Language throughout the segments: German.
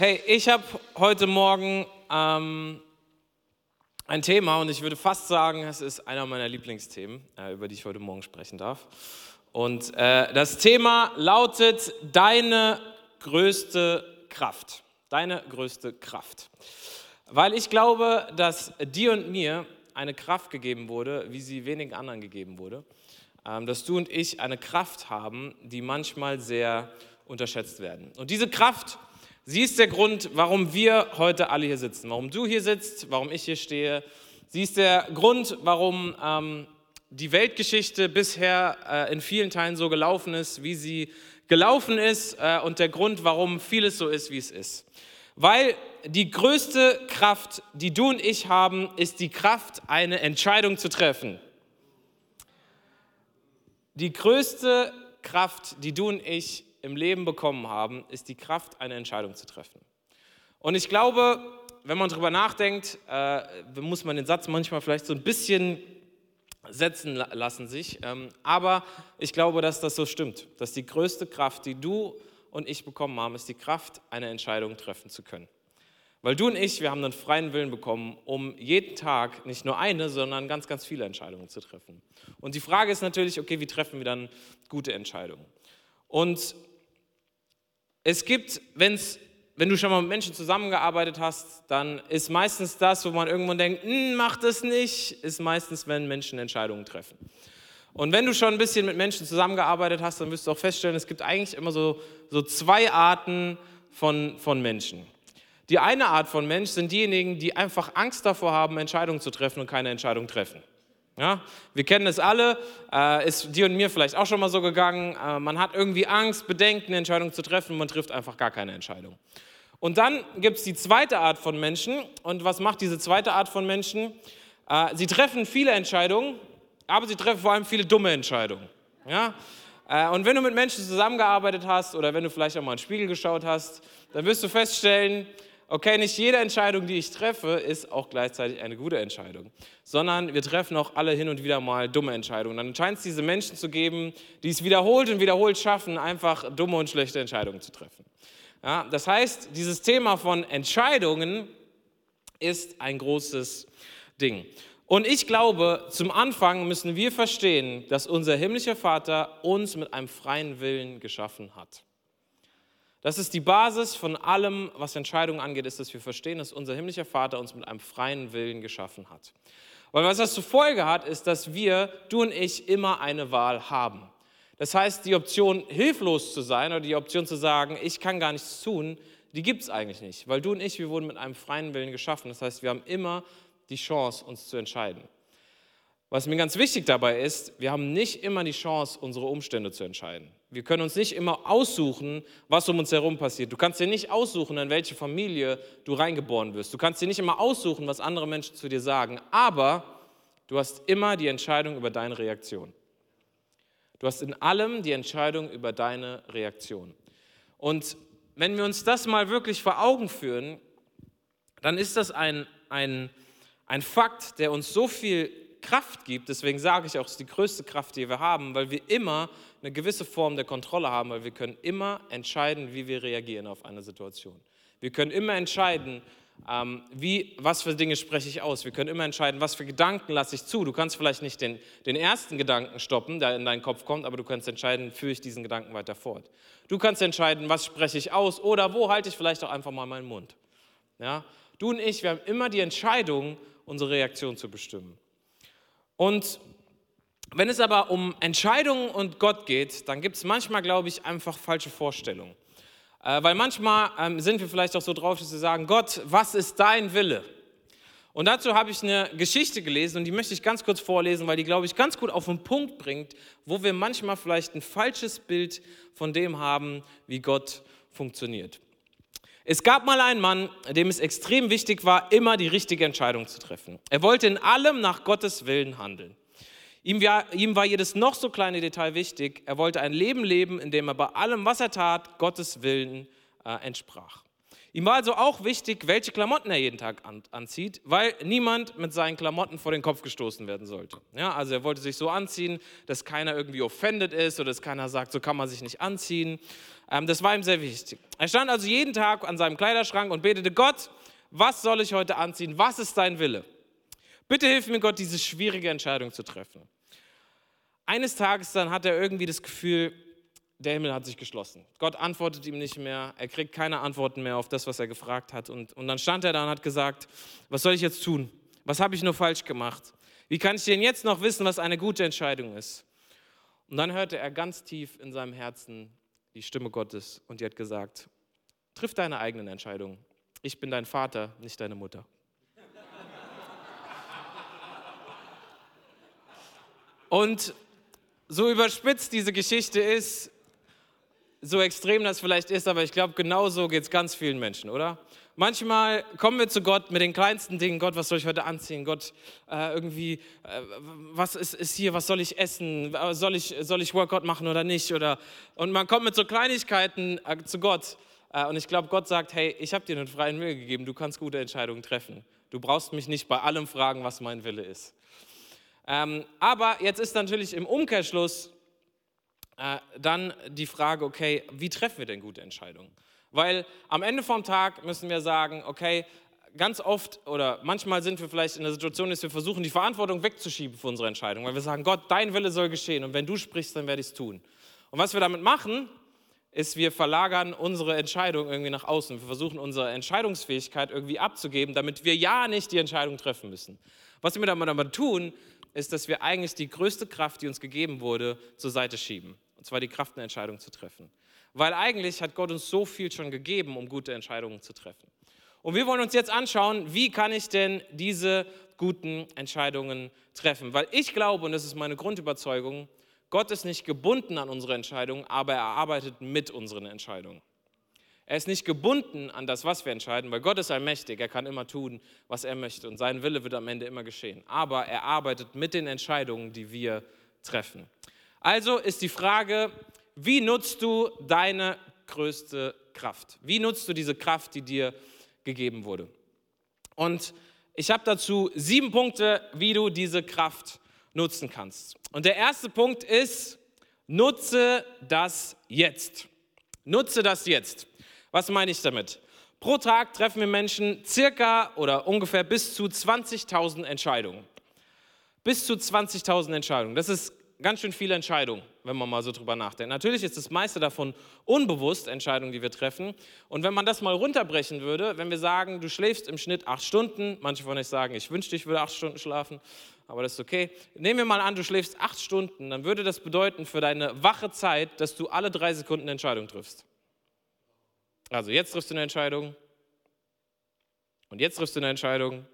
Hey, ich habe heute Morgen ein Thema und ich würde fast sagen, es ist einer meiner Lieblingsthemen, über die ich heute Morgen sprechen darf. Und das Thema lautet deine größte Kraft. Deine größte Kraft. Weil ich glaube, dass dir und mir eine Kraft gegeben wurde, wie sie wenigen anderen gegeben wurde. Dass du und ich eine Kraft haben, die manchmal sehr unterschätzt werden. Und diese Kraft, sie ist der Grund, warum wir heute alle hier sitzen, warum du hier sitzt, warum ich hier stehe. Sie ist der Grund, warum die Weltgeschichte bisher in vielen Teilen so gelaufen ist, wie sie gelaufen ist und der Grund, warum vieles so ist, wie es ist. Weil die größte Kraft, die du und ich haben, ist die Kraft, eine Entscheidung zu treffen. Die größte Kraft, die du und ich im Leben bekommen haben, ist die Kraft, eine Entscheidung zu treffen. Und ich glaube, wenn man darüber nachdenkt, muss man den Satz manchmal vielleicht so ein bisschen setzen lassen sich. Aber ich glaube, dass das so stimmt, dass die größte Kraft, die du und ich bekommen haben, ist die Kraft, eine Entscheidung treffen zu können. Weil du und ich, wir haben einen freien Willen bekommen, um jeden Tag nicht nur eine, sondern ganz, ganz viele Entscheidungen zu treffen. Und die Frage ist natürlich, okay, wie treffen wir dann gute Entscheidungen? Und es gibt, wenn du schon mal mit Menschen zusammengearbeitet hast, dann ist meistens das, wo man irgendwann denkt, mach das nicht, ist meistens, wenn Menschen Entscheidungen treffen. Und wenn du schon ein bisschen mit Menschen zusammengearbeitet hast, dann wirst du auch feststellen, es gibt eigentlich immer so zwei Arten von Menschen. Die eine Art von Mensch sind diejenigen, die einfach Angst davor haben, Entscheidungen zu treffen und keine Entscheidung treffen. Ja, wir kennen es alle, ist dir und mir vielleicht auch schon mal so gegangen, man hat irgendwie Angst, Bedenken, eine Entscheidung zu treffen und man trifft einfach gar keine Entscheidung. Und dann gibt es die zweite Art von Menschen und was macht diese zweite Art von Menschen? Sie treffen viele Entscheidungen, aber sie treffen vor allem viele dumme Entscheidungen. Ja? Und wenn du mit Menschen zusammengearbeitet hast oder wenn du vielleicht auch mal in den Spiegel geschaut hast, dann wirst du feststellen, okay, nicht jede Entscheidung, die ich treffe, ist auch gleichzeitig eine gute Entscheidung, sondern wir treffen auch alle hin und wieder mal dumme Entscheidungen. Dann scheint es diese Menschen zu geben, die es wiederholt und wiederholt schaffen, einfach dumme und schlechte Entscheidungen zu treffen. Ja, das heißt, dieses Thema von Entscheidungen ist ein großes Ding. Und ich glaube, zum Anfang müssen wir verstehen, dass unser himmlischer Vater uns mit einem freien Willen geschaffen hat. Das ist die Basis von allem, was Entscheidungen angeht, ist, dass wir verstehen, dass unser himmlischer Vater uns mit einem freien Willen geschaffen hat. Weil was das zur Folge hat, ist, dass du und ich, immer eine Wahl haben. Das heißt, die Option, hilflos zu sein oder die Option zu sagen, ich kann gar nichts tun, die gibt es eigentlich nicht. Weil du und ich, wir wurden mit einem freien Willen geschaffen. Das heißt, wir haben immer die Chance, uns zu entscheiden. Was mir ganz wichtig dabei ist, wir haben nicht immer die Chance, unsere Umstände zu entscheiden. Wir können uns nicht immer aussuchen, was um uns herum passiert. Du kannst dir nicht aussuchen, in welche Familie du reingeboren wirst. Du kannst dir nicht immer aussuchen, was andere Menschen zu dir sagen. Aber du hast immer die Entscheidung über deine Reaktion. Du hast in allem die Entscheidung über deine Reaktion. Und wenn wir uns das mal wirklich vor Augen führen, dann ist das ein Fakt, der uns so viel Kraft gibt, deswegen sage ich auch, es ist die größte Kraft, die wir haben, weil wir immer eine gewisse Form der Kontrolle haben, weil wir können immer entscheiden, wie wir reagieren auf eine Situation. Wir können immer entscheiden, was für Dinge spreche ich aus. Wir können immer entscheiden, was für Gedanken lasse ich zu. Du kannst vielleicht nicht den ersten Gedanken stoppen, der in deinen Kopf kommt, aber du kannst entscheiden, führe ich diesen Gedanken weiter fort. Du kannst entscheiden, was spreche ich aus oder wo halte ich vielleicht auch einfach mal meinen Mund. Ja? Du und ich, wir haben immer die Entscheidung, unsere Reaktion zu bestimmen. Und wenn es aber um Entscheidungen und Gott geht, dann gibt es manchmal, glaube ich, einfach falsche Vorstellungen. Weil manchmal sind wir vielleicht auch so drauf, dass wir sagen, Gott, was ist dein Wille? Und dazu habe ich eine Geschichte gelesen und die möchte ich ganz kurz vorlesen, weil die, glaube ich, ganz gut auf den Punkt bringt, wo wir manchmal vielleicht ein falsches Bild von dem haben, wie Gott funktioniert. Es gab mal einen Mann, dem es extrem wichtig war, immer die richtige Entscheidung zu treffen. Er wollte in allem nach Gottes Willen handeln. Ihm war jedes noch so kleine Detail wichtig. Er wollte ein Leben leben, in dem er bei allem, was er tat, Gottes Willen entsprach. Ihm war also auch wichtig, welche Klamotten er jeden Tag anzieht, weil niemand mit seinen Klamotten vor den Kopf gestoßen werden sollte. Ja, also er wollte sich so anziehen, dass keiner irgendwie offended ist oder dass keiner sagt, so kann man sich nicht anziehen. Das war ihm sehr wichtig. Er stand also jeden Tag an seinem Kleiderschrank und betete, Gott, was soll ich heute anziehen? Was ist dein Wille? Bitte hilf mir, Gott, diese schwierige Entscheidung zu treffen. Eines Tages dann hat er irgendwie das Gefühl, der Himmel hat sich geschlossen. Gott antwortet ihm nicht mehr, er kriegt keine Antworten mehr auf das, was er gefragt hat. Und dann stand er da und hat gesagt, was soll ich jetzt tun? Was habe ich nur falsch gemacht? Wie kann ich denn jetzt noch wissen, was eine gute Entscheidung ist? Und dann hörte er ganz tief in seinem Herzen die Stimme Gottes und die hat gesagt, triff deine eigenen Entscheidungen. Ich bin dein Vater, nicht deine Mutter. Und so überspitzt diese Geschichte ist, so extrem das vielleicht ist, aber ich glaube, genau so geht es ganz vielen Menschen, oder? Manchmal kommen wir zu Gott mit den kleinsten Dingen. Gott, was soll ich heute anziehen? Gott, was ist hier? Was soll ich essen? Soll ich Workout machen oder nicht? Und man kommt mit so Kleinigkeiten zu Gott. Und ich glaube, Gott sagt, hey, ich habe dir einen freien Wille gegeben. Du kannst gute Entscheidungen treffen. Du brauchst mich nicht bei allem fragen, was mein Wille ist. Aber jetzt ist natürlich im Umkehrschluss dann die Frage, okay, wie treffen wir denn gute Entscheidungen? Weil am Ende vom Tag müssen wir sagen, okay, ganz oft oder manchmal sind wir vielleicht in der Situation, dass wir versuchen, die Verantwortung wegzuschieben für unsere Entscheidung, weil wir sagen, Gott, dein Wille soll geschehen und wenn du sprichst, dann werde ich es tun. Und was wir damit machen, ist, wir verlagern unsere Entscheidung irgendwie nach außen. Wir versuchen, unsere Entscheidungsfähigkeit irgendwie abzugeben, damit wir ja nicht die Entscheidung treffen müssen. Was wir damit aber tun, ist, dass wir eigentlich die größte Kraft, die uns gegeben wurde, zur Seite schieben. Und zwar die Kraft, eine Entscheidung zu treffen. Weil eigentlich hat Gott uns so viel schon gegeben, um gute Entscheidungen zu treffen. Und wir wollen uns jetzt anschauen, wie kann ich denn diese guten Entscheidungen treffen? Weil ich glaube, und das ist meine Grundüberzeugung, Gott ist nicht gebunden an unsere Entscheidungen, aber er arbeitet mit unseren Entscheidungen. Er ist nicht gebunden an das, was wir entscheiden, weil Gott ist allmächtig, er kann immer tun, was er möchte und sein Wille wird am Ende immer geschehen. Aber er arbeitet mit den Entscheidungen, die wir treffen. Also ist die Frage, wie nutzt du deine größte Kraft? Wie nutzt du diese Kraft, die dir gegeben wurde? Und ich habe dazu 7 Punkte, wie du diese Kraft nutzen kannst. Und der erste Punkt ist, nutze das Jetzt. Nutze das Jetzt. Was meine ich damit? Pro Tag treffen wir Menschen circa oder ungefähr bis zu 20.000 Entscheidungen. Bis zu 20.000 Entscheidungen. Das ist ganz schön viele Entscheidungen, wenn man mal so drüber nachdenkt. Natürlich ist das meiste davon unbewusst, Entscheidungen, die wir treffen. Und wenn man das mal runterbrechen würde, wenn wir sagen, du schläfst im Schnitt 8 Stunden, manche von euch sagen, ich wünschte, ich würde 8 Stunden schlafen, aber das ist okay. Nehmen wir mal an, du schläfst 8 Stunden, dann würde das bedeuten für deine wache Zeit, dass du alle 3 Sekunden eine Entscheidung triffst. Also jetzt triffst du eine Entscheidung und jetzt triffst du eine Entscheidung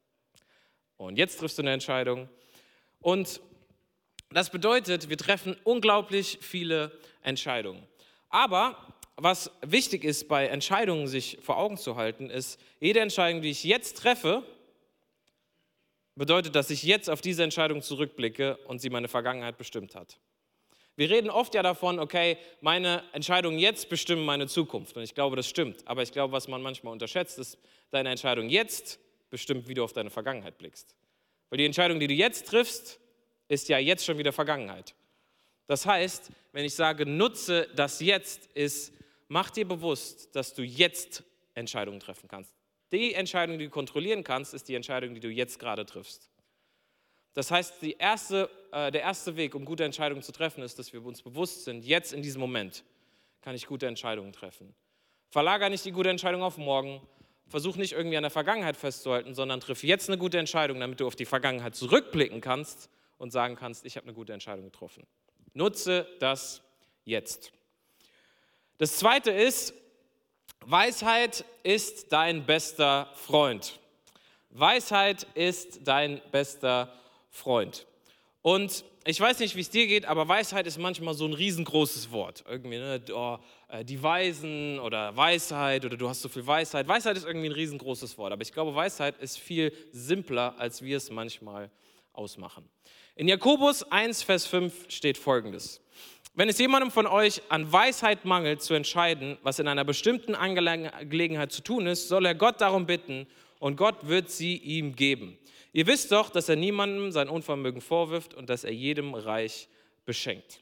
und jetzt triffst du eine Entscheidung. Und das bedeutet, wir treffen unglaublich viele Entscheidungen. Aber was wichtig ist, bei Entscheidungen sich vor Augen zu halten, ist, jede Entscheidung, die ich jetzt treffe, bedeutet, dass ich jetzt auf diese Entscheidung zurückblicke und sie meine Vergangenheit bestimmt hat. Wir reden oft ja davon, okay, meine Entscheidungen jetzt bestimmen meine Zukunft. Und ich glaube, das stimmt. Aber ich glaube, was man manchmal unterschätzt, ist, deine Entscheidung jetzt bestimmt, wie du auf deine Vergangenheit blickst. Weil die Entscheidung, die du jetzt triffst, ist ja jetzt schon wieder Vergangenheit. Das heißt, wenn ich sage, nutze das Jetzt, ist, mach dir bewusst, dass du jetzt Entscheidungen treffen kannst. Die Entscheidung, die du kontrollieren kannst, ist die Entscheidung, die du jetzt gerade triffst. Das heißt, der erste Weg, um gute Entscheidungen zu treffen, ist, dass wir uns bewusst sind, jetzt in diesem Moment kann ich gute Entscheidungen treffen. Verlagere nicht die gute Entscheidung auf morgen, versuch nicht irgendwie an der Vergangenheit festzuhalten, sondern triff jetzt eine gute Entscheidung, damit du auf die Vergangenheit zurückblicken kannst und sagen kannst, ich habe eine gute Entscheidung getroffen. Nutze das jetzt. Das Zweite ist, Weisheit ist dein bester Freund. Weisheit ist dein bester Freund. Und ich weiß nicht, wie es dir geht, aber Weisheit ist manchmal so ein riesengroßes Wort. Irgendwie, ne? Die Weisen oder Weisheit oder du hast so viel Weisheit. Weisheit ist irgendwie ein riesengroßes Wort, aber ich glaube, Weisheit ist viel simpler, als wir es manchmal ausmachen. In Jakobus 1, Vers 5 steht Folgendes. Wenn es jemandem von euch an Weisheit mangelt, zu entscheiden, was in einer bestimmten Angelegenheit zu tun ist, soll er Gott darum bitten und Gott wird sie ihm geben. Ihr wisst doch, dass er niemandem sein Unvermögen vorwirft und dass er jedem reich beschenkt.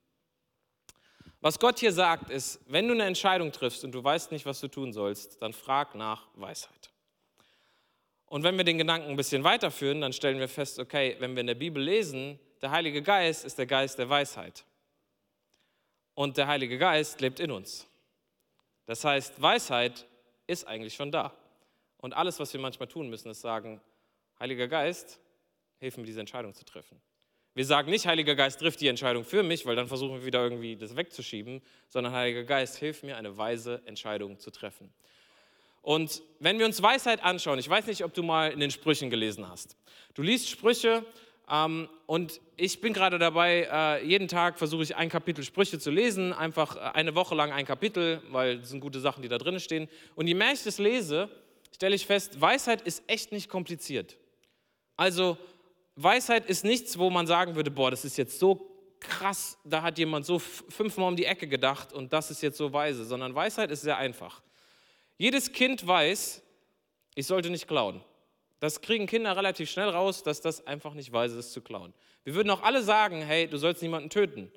Was Gott hier sagt, ist, wenn du eine Entscheidung triffst und du weißt nicht, was du tun sollst, dann frag nach Weisheit. Und wenn wir den Gedanken ein bisschen weiterführen, dann stellen wir fest, okay, wenn wir in der Bibel lesen, der Heilige Geist ist der Geist der Weisheit. Und der Heilige Geist lebt in uns. Das heißt, Weisheit ist eigentlich schon da. Und alles, was wir manchmal tun müssen, ist sagen, Heiliger Geist, hilf mir, diese Entscheidung zu treffen. Wir sagen nicht, Heiliger Geist, triff die Entscheidung für mich, weil dann versuchen wir wieder irgendwie das wegzuschieben, sondern Heiliger Geist, hilf mir, eine weise Entscheidung zu treffen. Und wenn wir uns Weisheit anschauen, ich weiß nicht, ob du mal in den Sprüchen gelesen hast. Du liest Sprüche und ich bin gerade dabei, jeden Tag versuche ich ein Kapitel Sprüche zu lesen, einfach eine Woche lang ein Kapitel, weil das sind gute Sachen, die da drin stehen. Und je mehr ich das lese, stelle ich fest, Weisheit ist echt nicht kompliziert. Also Weisheit ist nichts, wo man sagen würde, boah, das ist jetzt so krass, da hat jemand so 5-mal um die Ecke gedacht und das ist jetzt so weise, sondern Weisheit ist sehr einfach. Jedes Kind weiß, ich sollte nicht klauen. Das kriegen Kinder relativ schnell raus, dass das einfach nicht weise ist zu klauen. Wir würden auch alle sagen, hey, du sollst niemanden töten.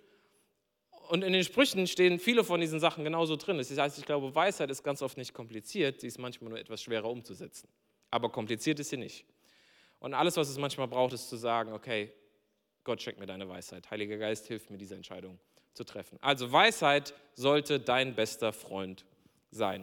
Und in den Sprüchen stehen viele von diesen Sachen genauso drin. Das heißt, ich glaube, Weisheit ist ganz oft nicht kompliziert, sie ist manchmal nur etwas schwerer umzusetzen. Aber kompliziert ist sie nicht. Und alles, was es manchmal braucht, ist zu sagen, okay, Gott schenkt mir deine Weisheit. Heiliger Geist, hilf mir, diese Entscheidung zu treffen. Also Weisheit sollte dein bester Freund sein.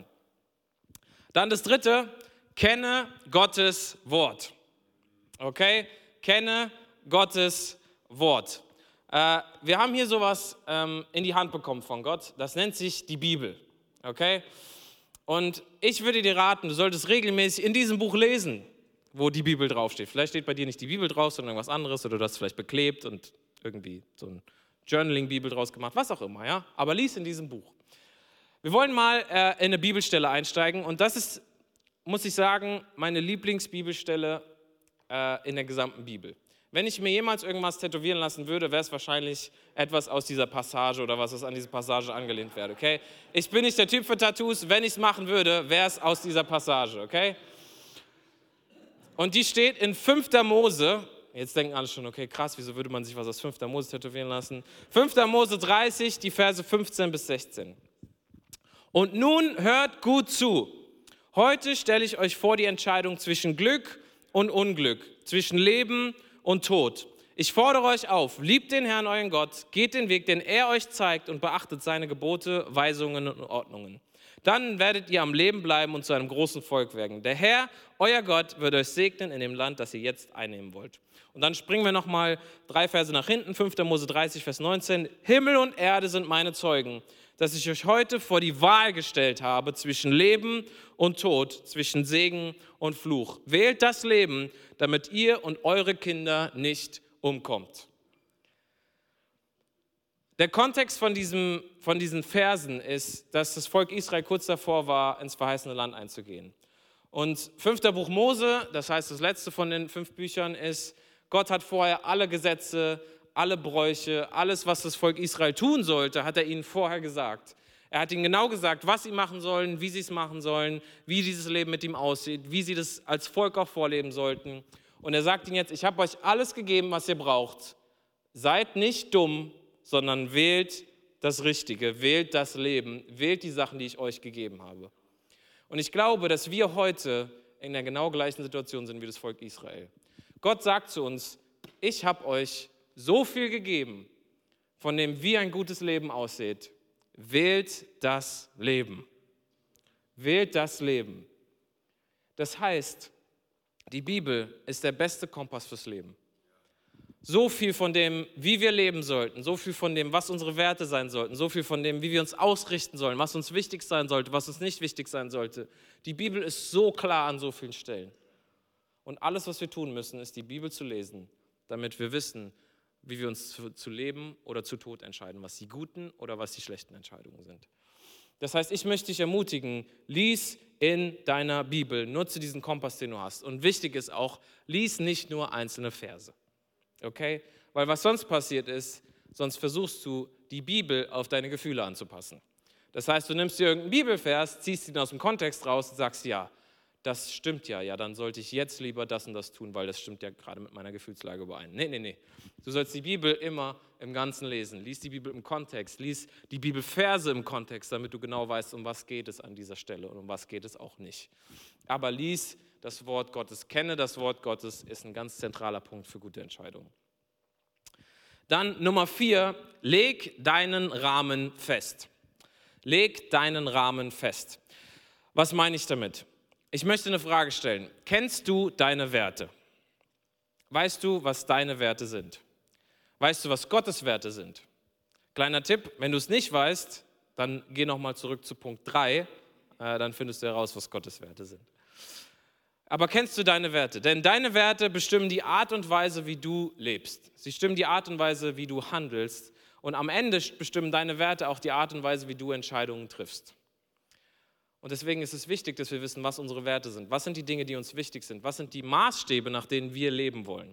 Dann das Dritte, kenne Gottes Wort. Okay, kenne Gottes Wort. Wir haben hier sowas in die Hand bekommen von Gott, das nennt sich die Bibel. Okay? Und ich würde dir raten, du solltest regelmäßig in diesem Buch lesen, wo die Bibel draufsteht. Vielleicht steht bei dir nicht die Bibel drauf, sondern irgendwas anderes oder du hast vielleicht beklebt und irgendwie so ein Journaling-Bibel draus gemacht, was auch immer, ja? Aber lies in diesem Buch. Wir wollen mal in eine Bibelstelle einsteigen und das ist, muss ich sagen, meine Lieblingsbibelstelle in der gesamten Bibel. Wenn ich mir jemals irgendwas tätowieren lassen würde, wäre es wahrscheinlich etwas aus dieser Passage oder was an diese Passage angelehnt wäre, okay? Ich bin nicht der Typ für Tattoos, wenn ich es machen würde, wäre es aus dieser Passage, okay? Und die steht in 5. Mose, jetzt denken alle schon, okay, krass, wieso würde man sich was aus 5. Mose tätowieren lassen? 5. Mose 30, die Verse 15 bis 16. Und nun hört gut zu. Heute stelle ich euch vor die Entscheidung zwischen Glück und Unglück, zwischen Leben und Tod. Ich fordere euch auf, liebt den Herrn, euren Gott, geht den Weg, den er euch zeigt und beachtet seine Gebote, Weisungen und Ordnungen. Dann werdet ihr am Leben bleiben und zu einem großen Volk werden. Der Herr, euer Gott, wird euch segnen in dem Land, das ihr jetzt einnehmen wollt. Und dann springen wir nochmal 3 Verse nach hinten, 5. Mose 30, Vers 19. Himmel und Erde sind meine Zeugen, dass ich euch heute vor die Wahl gestellt habe zwischen Leben und Tod, zwischen Segen und Fluch. Wählt das Leben, damit ihr und eure Kinder nicht umkommt. Der Kontext von diesen Versen ist, dass das Volk Israel kurz davor war, ins verheißene Land einzugehen. Und 5. Buch Mose, das heißt das letzte von den 5 Büchern, ist, Gott hat vorher alle Gesetze, alle Bräuche, alles, was das Volk Israel tun sollte, hat er ihnen vorher gesagt. Er hat ihnen genau gesagt, was sie machen sollen, wie sie es machen sollen, wie dieses Leben mit ihm aussieht, wie sie das als Volk auch vorleben sollten. Und er sagt ihnen jetzt, ich habe euch alles gegeben, was ihr braucht. Seid nicht dumm, sondern wählt das Richtige, wählt das Leben, wählt die Sachen, die ich euch gegeben habe. Und ich glaube, dass wir heute in der genau gleichen Situation sind wie das Volk Israel. Gott sagt zu uns, ich habe euch so viel gegeben, von dem, wie ein gutes Leben aussieht. Wählt das Leben. Wählt das Leben. Das heißt, die Bibel ist der beste Kompass fürs Leben. So viel von dem, wie wir leben sollten, so viel von dem, was unsere Werte sein sollten, so viel von dem, wie wir uns ausrichten sollen, was uns wichtig sein sollte, was uns nicht wichtig sein sollte. Die Bibel ist so klar an so vielen Stellen. Und alles, was wir tun müssen, ist die Bibel zu lesen, damit wir wissen, wie wir uns zu Leben oder zu Tod entscheiden, was die guten oder was die schlechten Entscheidungen sind. Das heißt, ich möchte dich ermutigen, lies in deiner Bibel, nutze diesen Kompass, den du hast. Und wichtig ist auch, lies nicht nur einzelne Verse. Okay? Weil was sonst passiert ist, sonst versuchst du, die Bibel auf deine Gefühle anzupassen. Das heißt, du nimmst dir irgendeinen Bibelvers, ziehst ihn aus dem Kontext raus und sagst, ja, das stimmt ja, dann sollte ich jetzt lieber das und das tun, weil das stimmt ja gerade mit meiner Gefühlslage überein. Nee. Du sollst die Bibel immer im Ganzen lesen. Lies die Bibel im Kontext, lies die Bibelverse im Kontext, damit du genau weißt, um was geht es an dieser Stelle und um was geht es auch nicht. Aber lies das Wort Gottes, kenne das Wort Gottes, ist ein ganz zentraler Punkt für gute Entscheidungen. Dann Nummer 4, leg deinen Rahmen fest. Leg deinen Rahmen fest. Was meine ich damit? Ich möchte eine Frage stellen. Kennst du deine Werte? Weißt du, was deine Werte sind? Weißt du, was Gottes Werte sind? Kleiner Tipp, wenn du es nicht weißt, dann geh nochmal zurück zu Punkt 3, dann findest du heraus, was Gottes Werte sind. Aber kennst du deine Werte? Denn deine Werte bestimmen die Art und Weise, wie du lebst. Sie bestimmen die Art und Weise, wie du handelst. Und am Ende bestimmen deine Werte auch die Art und Weise, wie du Entscheidungen triffst. Und deswegen ist es wichtig, dass wir wissen, was unsere Werte sind. Was sind die Dinge, die uns wichtig sind? Was sind die Maßstäbe, nach denen wir leben wollen?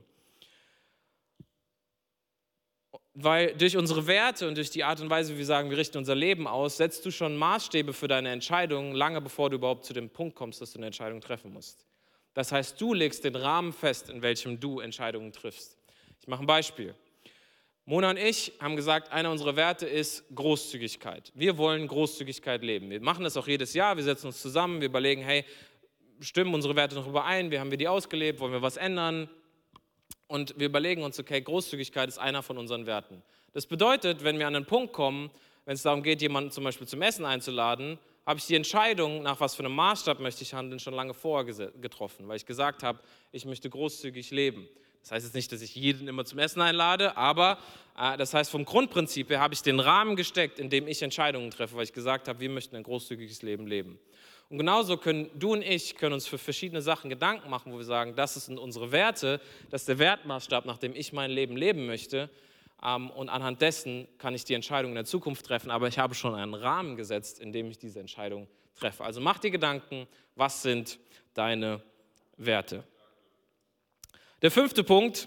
Weil durch unsere Werte und durch die Art und Weise, wie wir sagen, wir richten unser Leben aus, setzt du schon Maßstäbe für deine Entscheidungen, lange bevor du überhaupt zu dem Punkt kommst, dass du eine Entscheidung treffen musst. Das heißt, du legst den Rahmen fest, in welchem du Entscheidungen triffst. Ich mache ein Beispiel. Mona und ich haben gesagt, einer unserer Werte ist Großzügigkeit. Wir wollen Großzügigkeit leben. Wir machen das auch jedes Jahr, wir setzen uns zusammen, wir überlegen, hey, stimmen unsere Werte noch überein, wie haben wir die ausgelebt, wollen wir was ändern? Und wir überlegen uns, okay, Großzügigkeit ist einer von unseren Werten. Das bedeutet, wenn wir an einen Punkt kommen, wenn es darum geht, jemanden zum Beispiel zum Essen einzuladen, habe ich die Entscheidung, nach was für einem Maßstab möchte ich handeln, schon lange vorher getroffen, weil ich gesagt habe, ich möchte großzügig leben. Das heißt jetzt nicht, dass ich jeden immer zum Essen einlade, aber das heißt, vom Grundprinzip her habe ich den Rahmen gesteckt, in dem ich Entscheidungen treffe, weil ich gesagt habe, wir möchten ein großzügiges Leben leben. Und genauso können du und ich uns für verschiedene Sachen Gedanken machen, wo wir sagen, das sind unsere Werte, das ist der Wertmaßstab, nach dem ich mein Leben leben möchte. Und anhand dessen kann ich die Entscheidung in der Zukunft treffen, aber ich habe schon einen Rahmen gesetzt, in dem ich diese Entscheidung treffe. Also mach dir Gedanken, was sind deine Werte? Der 5. Punkt,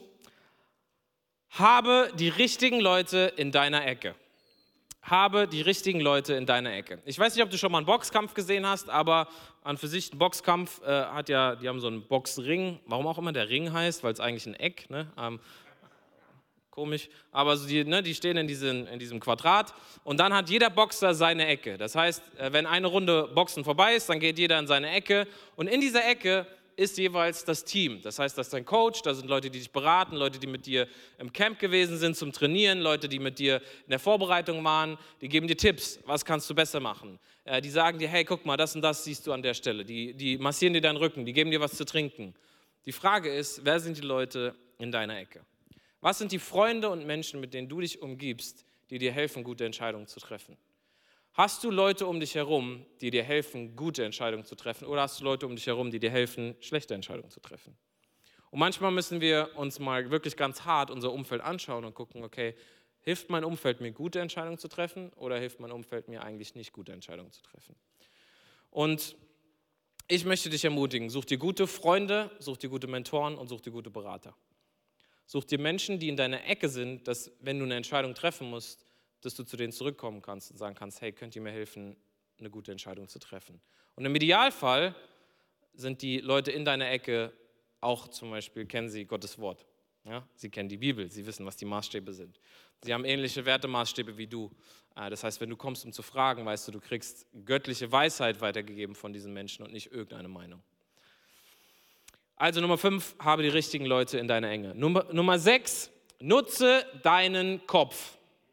habe die richtigen Leute in deiner Ecke. Habe die richtigen Leute in deiner Ecke. Ich weiß nicht, ob du schon mal einen Boxkampf gesehen hast, aber an für sich ein Boxkampf die haben so einen Boxring, warum auch immer der Ring heißt, weil es eigentlich ein Eck, ne? Komisch, aber so die stehen in diesem Quadrat und dann hat jeder Boxer seine Ecke. Das heißt, wenn eine Runde Boxen vorbei ist, dann geht jeder in seine Ecke und in dieser Ecke ist jeweils das Team. Das heißt, das ist dein Coach, da sind Leute, die dich beraten, Leute, die mit dir im Camp gewesen sind zum Trainieren, Leute, die mit dir in der Vorbereitung waren, die geben dir Tipps, was kannst du besser machen. Die sagen dir, hey, guck mal, das und das siehst du an der Stelle. Die massieren dir deinen Rücken, die geben dir was zu trinken. Die Frage ist, wer sind die Leute in deiner Ecke? Was sind die Freunde und Menschen, mit denen du dich umgibst, die dir helfen, gute Entscheidungen zu treffen? Hast du Leute um dich herum, die dir helfen, gute Entscheidungen zu treffen? Oder hast du Leute um dich herum, die dir helfen, schlechte Entscheidungen zu treffen? Und manchmal müssen wir uns mal wirklich ganz hart unser Umfeld anschauen und gucken, okay, hilft mein Umfeld mir, gute Entscheidungen zu treffen oder hilft mein Umfeld mir eigentlich nicht, gute Entscheidungen zu treffen? Und ich möchte dich ermutigen, such dir gute Freunde, such dir gute Mentoren und such dir gute Berater. Such dir Menschen, die in deiner Ecke sind, dass, wenn du eine Entscheidung treffen musst, dass du zu denen zurückkommen kannst und sagen kannst, hey, könnt ihr mir helfen, eine gute Entscheidung zu treffen? Und im Idealfall sind die Leute in deiner Ecke auch zum Beispiel, kennen sie Gottes Wort. Ja? Sie kennen die Bibel, sie wissen, was die Maßstäbe sind. Sie haben ähnliche Wertemaßstäbe wie du. Das heißt, wenn du kommst, um zu fragen, weißt du kriegst göttliche Weisheit weitergegeben von diesen Menschen und nicht irgendeine Meinung. Also Nummer 5, habe die richtigen Leute in deiner Enge. Nummer 6, nutze deinen Kopf.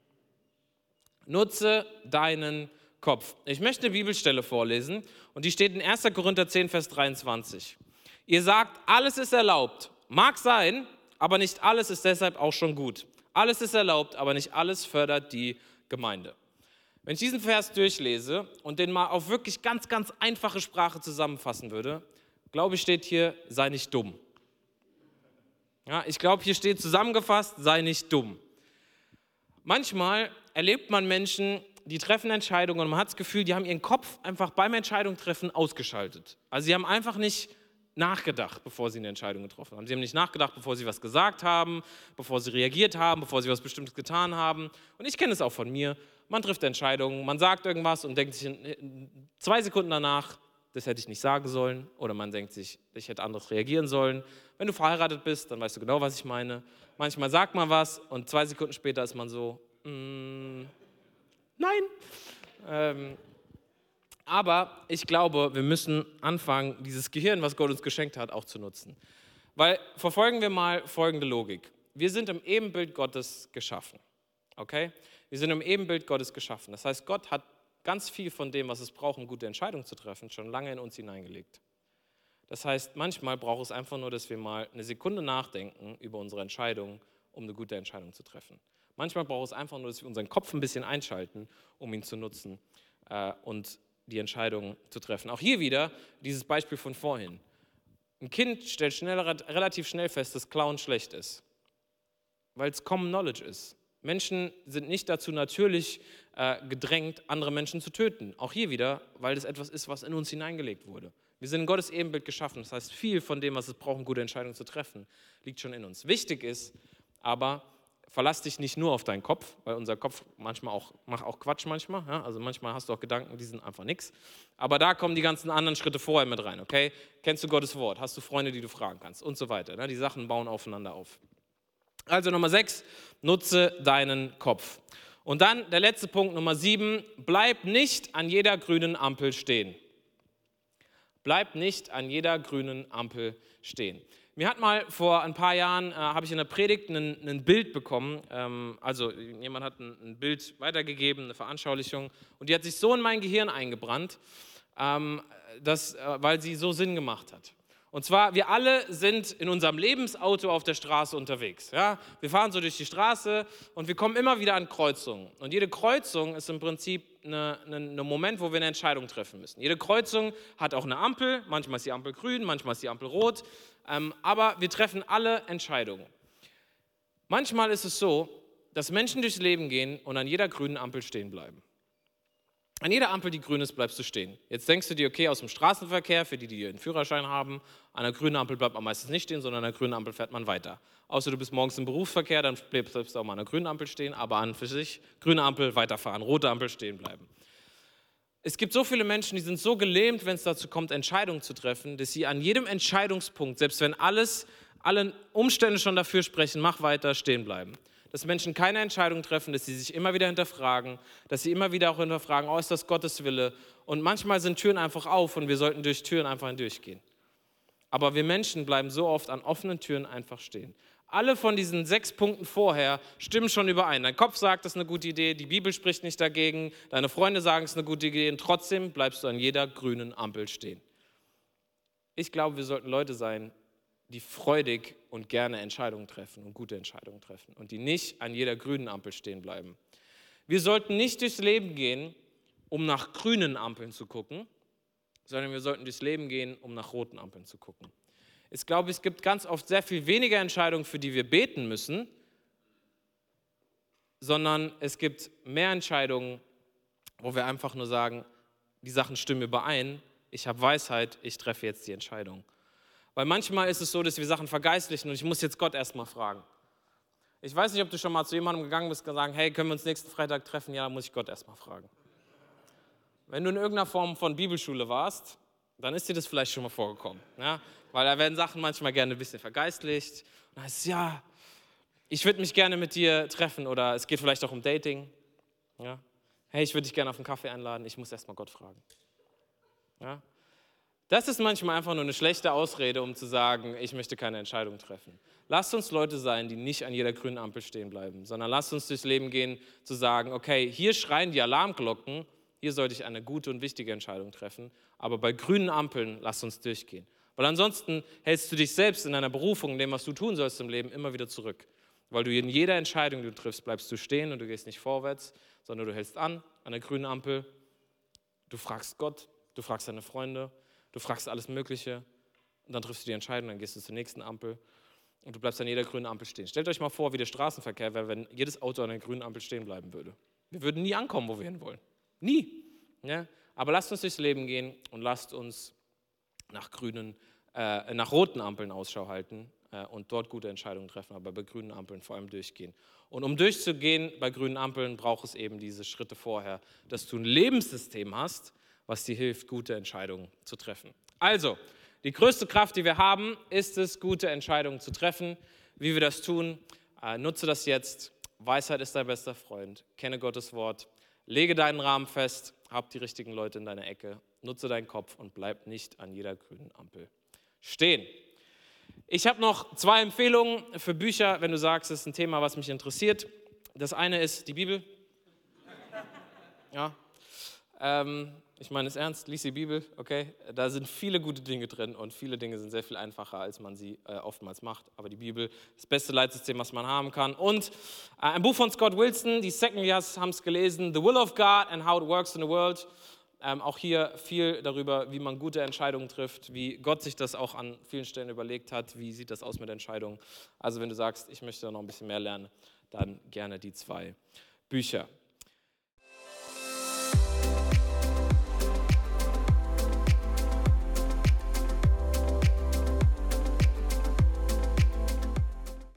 Nutze deinen Kopf. Ich möchte eine Bibelstelle vorlesen und die steht in 1. Korinther 10, Vers 23. Ihr sagt, alles ist erlaubt. Mag sein, aber nicht alles ist deshalb auch schon gut. Alles ist erlaubt, aber nicht alles fördert die Gemeinde. Wenn ich diesen Vers durchlese und den mal auf wirklich ganz, ganz einfache Sprache zusammenfassen würde, glaube ich, steht hier, sei nicht dumm. Ja, ich glaube, hier steht zusammengefasst, sei nicht dumm. Manchmal erlebt man Menschen, die treffen Entscheidungen und man hat das Gefühl, die haben ihren Kopf einfach beim Entscheidungstreffen ausgeschaltet. Also sie haben einfach nicht nachgedacht, bevor sie eine Entscheidung getroffen haben. Sie haben nicht nachgedacht, bevor sie was gesagt haben, bevor sie reagiert haben, bevor sie was Bestimmtes getan haben. Und ich kenne es auch von mir. Man trifft Entscheidungen, man sagt irgendwas und denkt sich in 2 Sekunden danach, das hätte ich nicht sagen sollen. Oder man denkt sich, ich hätte anders reagieren sollen. Wenn du verheiratet bist, dann weißt du genau, was ich meine. Manchmal sagt man was und 2 Sekunden später ist man so, nein. Aber ich glaube, wir müssen anfangen, dieses Gehirn, was Gott uns geschenkt hat, auch zu nutzen. Weil verfolgen wir mal folgende Logik. Wir sind im Ebenbild Gottes geschaffen. Okay? Wir sind im Ebenbild Gottes geschaffen. Das heißt, Gott hat ganz viel von dem, was es braucht, um gute Entscheidungen zu treffen, schon lange in uns hineingelegt. Das heißt, manchmal braucht es einfach nur, dass wir mal eine Sekunde nachdenken über unsere Entscheidung, um eine gute Entscheidung zu treffen. Manchmal braucht es einfach nur, dass wir unseren Kopf ein bisschen einschalten, um ihn zu nutzen und die Entscheidung zu treffen. Auch hier wieder dieses Beispiel von vorhin. Ein Kind stellt relativ schnell fest, dass Klauen schlecht ist, weil es Common Knowledge ist. Menschen sind nicht dazu natürlich gedrängt, andere Menschen zu töten. Auch hier wieder, weil das etwas ist, was in uns hineingelegt wurde. Wir sind in Gottes Ebenbild geschaffen. Das heißt, viel von dem, was es braucht, um gute Entscheidungen zu treffen, liegt schon in uns. Wichtig ist aber, verlass dich nicht nur auf deinen Kopf, weil unser Kopf manchmal macht auch Quatsch manchmal. Ja? Also manchmal hast du auch Gedanken, die sind einfach nichts. Aber da kommen die ganzen anderen Schritte vorher mit rein. Okay? Kennst du Gottes Wort? Hast du Freunde, die du fragen kannst? Und so weiter. Ne? Die Sachen bauen aufeinander auf. Also Nummer 6, nutze deinen Kopf. Und dann der letzte Punkt, Nummer 7, bleib nicht an jeder grünen Ampel stehen. Bleib nicht an jeder grünen Ampel stehen. Mir hat mal vor ein paar Jahren, habe ich in der Predigt ein Bild bekommen, also jemand hat ein Bild weitergegeben, eine Veranschaulichung, und die hat sich so in mein Gehirn eingebrannt, weil sie so Sinn gemacht hat. Und zwar, wir alle sind in unserem Lebensauto auf der Straße unterwegs. Ja? Wir fahren so durch die Straße und wir kommen immer wieder an Kreuzungen. Und jede Kreuzung ist im Prinzip ein Moment, wo wir eine Entscheidung treffen müssen. Jede Kreuzung hat auch eine Ampel, manchmal ist die Ampel grün, manchmal ist die Ampel rot, aber wir treffen alle Entscheidungen. Manchmal ist es so, dass Menschen durchs Leben gehen und an jeder grünen Ampel stehen bleiben. An jeder Ampel, die grün ist, bleibst du stehen. Jetzt denkst du dir, okay, aus dem Straßenverkehr, für die, die einen Führerschein haben, an der grünen Ampel bleibt man meistens nicht stehen, sondern an der grünen Ampel fährt man weiter. Außer du bist morgens im Berufsverkehr, dann bleibst du auch mal an der grünen Ampel stehen, aber an für sich, grüne Ampel, weiterfahren, rote Ampel, stehen bleiben. Es gibt so viele Menschen, die sind so gelähmt, wenn es dazu kommt, Entscheidungen zu treffen, dass sie an jedem Entscheidungspunkt, selbst wenn alle Umstände schon dafür sprechen, mach weiter, stehen bleiben. Dass Menschen keine Entscheidung treffen, dass sie sich immer wieder hinterfragen, dass sie immer wieder auch hinterfragen, oh, ist das Gottes Wille? Und manchmal sind Türen einfach auf und wir sollten durch Türen einfach hindurchgehen. Aber wir Menschen bleiben so oft an offenen Türen einfach stehen. Alle von diesen 6 Punkten vorher stimmen schon überein. Dein Kopf sagt, das ist eine gute Idee, die Bibel spricht nicht dagegen, deine Freunde sagen, es ist eine gute Idee und trotzdem bleibst du an jeder grünen Ampel stehen. Ich glaube, wir sollten Leute sein, die freudig und gerne Entscheidungen treffen und gute Entscheidungen treffen und die nicht an jeder grünen Ampel stehen bleiben. Wir sollten nicht durchs Leben gehen, um nach grünen Ampeln zu gucken, sondern wir sollten durchs Leben gehen, um nach roten Ampeln zu gucken. Ich glaube, es gibt ganz oft sehr viel weniger Entscheidungen, für die wir beten müssen, sondern es gibt mehr Entscheidungen, wo wir einfach nur sagen, die Sachen stimmen überein, ich habe Weisheit, ich treffe jetzt die Entscheidung. Weil manchmal ist es so, dass wir Sachen vergeistlichen und ich muss jetzt Gott erstmal fragen. Ich weiß nicht, ob du schon mal zu jemandem gegangen bist und gesagt, hey, können wir uns nächsten Freitag treffen? Ja, muss ich Gott erstmal fragen. Wenn du in irgendeiner Form von Bibelschule warst, dann ist dir das vielleicht schon mal vorgekommen. Ja? Weil da werden Sachen manchmal gerne ein bisschen vergeistlicht. Und dann heißt es, ja, ich würde mich gerne mit dir treffen oder es geht vielleicht auch um Dating. Ja? Hey, ich würde dich gerne auf einen Kaffee einladen, ich muss erstmal Gott fragen. Ja? Das ist manchmal einfach nur eine schlechte Ausrede, um zu sagen, ich möchte keine Entscheidung treffen. Lasst uns Leute sein, die nicht an jeder grünen Ampel stehen bleiben, sondern lasst uns durchs Leben gehen, zu sagen, okay, hier schreien die Alarmglocken, hier sollte ich eine gute und wichtige Entscheidung treffen, aber bei grünen Ampeln lasst uns durchgehen. Weil ansonsten hältst du dich selbst in deiner Berufung, in dem, was du tun sollst im Leben, immer wieder zurück. Weil du in jeder Entscheidung, die du triffst, bleibst du stehen und du gehst nicht vorwärts, sondern du hältst an der grünen Ampel, du fragst Gott, du fragst deine Freunde, du fragst alles Mögliche und dann triffst du die Entscheidung, dann gehst du zur nächsten Ampel und du bleibst an jeder grünen Ampel stehen. Stellt euch mal vor, wie der Straßenverkehr wäre, wenn jedes Auto an der grünen Ampel stehen bleiben würde. Wir würden nie ankommen, wo wir hinwollen. Nie. Ja? Aber lasst uns durchs Leben gehen und lasst uns nach grünen nach roten Ampeln Ausschau halten und dort gute Entscheidungen treffen, aber bei grünen Ampeln vor allem durchgehen. Und um durchzugehen bei grünen Ampeln braucht es eben diese Schritte vorher, dass du ein Lebenssystem hast, was dir hilft, gute Entscheidungen zu treffen. Also, die größte Kraft, die wir haben, ist es, gute Entscheidungen zu treffen. Wie wir das tun, nutze das jetzt. Weisheit ist dein bester Freund. Kenne Gottes Wort. Lege deinen Rahmen fest. Hab die richtigen Leute in deiner Ecke. Nutze deinen Kopf und bleib nicht an jeder grünen Ampel stehen. Ich habe noch 2 Empfehlungen für Bücher, wenn du sagst, es ist ein Thema, was mich interessiert. Das eine ist die Bibel. Ja. Ich meine es ernst, lies die Bibel, okay? Da sind viele gute Dinge drin und viele Dinge sind sehr viel einfacher, als man sie oftmals macht. Aber die Bibel ist das beste Leitsystem, was man haben kann. Und ein Buch von Scott Wilson, die Second Years haben es gelesen, The Will of God and How It Works in the World. Auch hier viel darüber, wie man gute Entscheidungen trifft, wie Gott sich das auch an vielen Stellen überlegt hat, wie sieht das aus mit Entscheidungen. Also wenn du sagst, ich möchte da noch ein bisschen mehr lernen, dann gerne die 2 Bücher.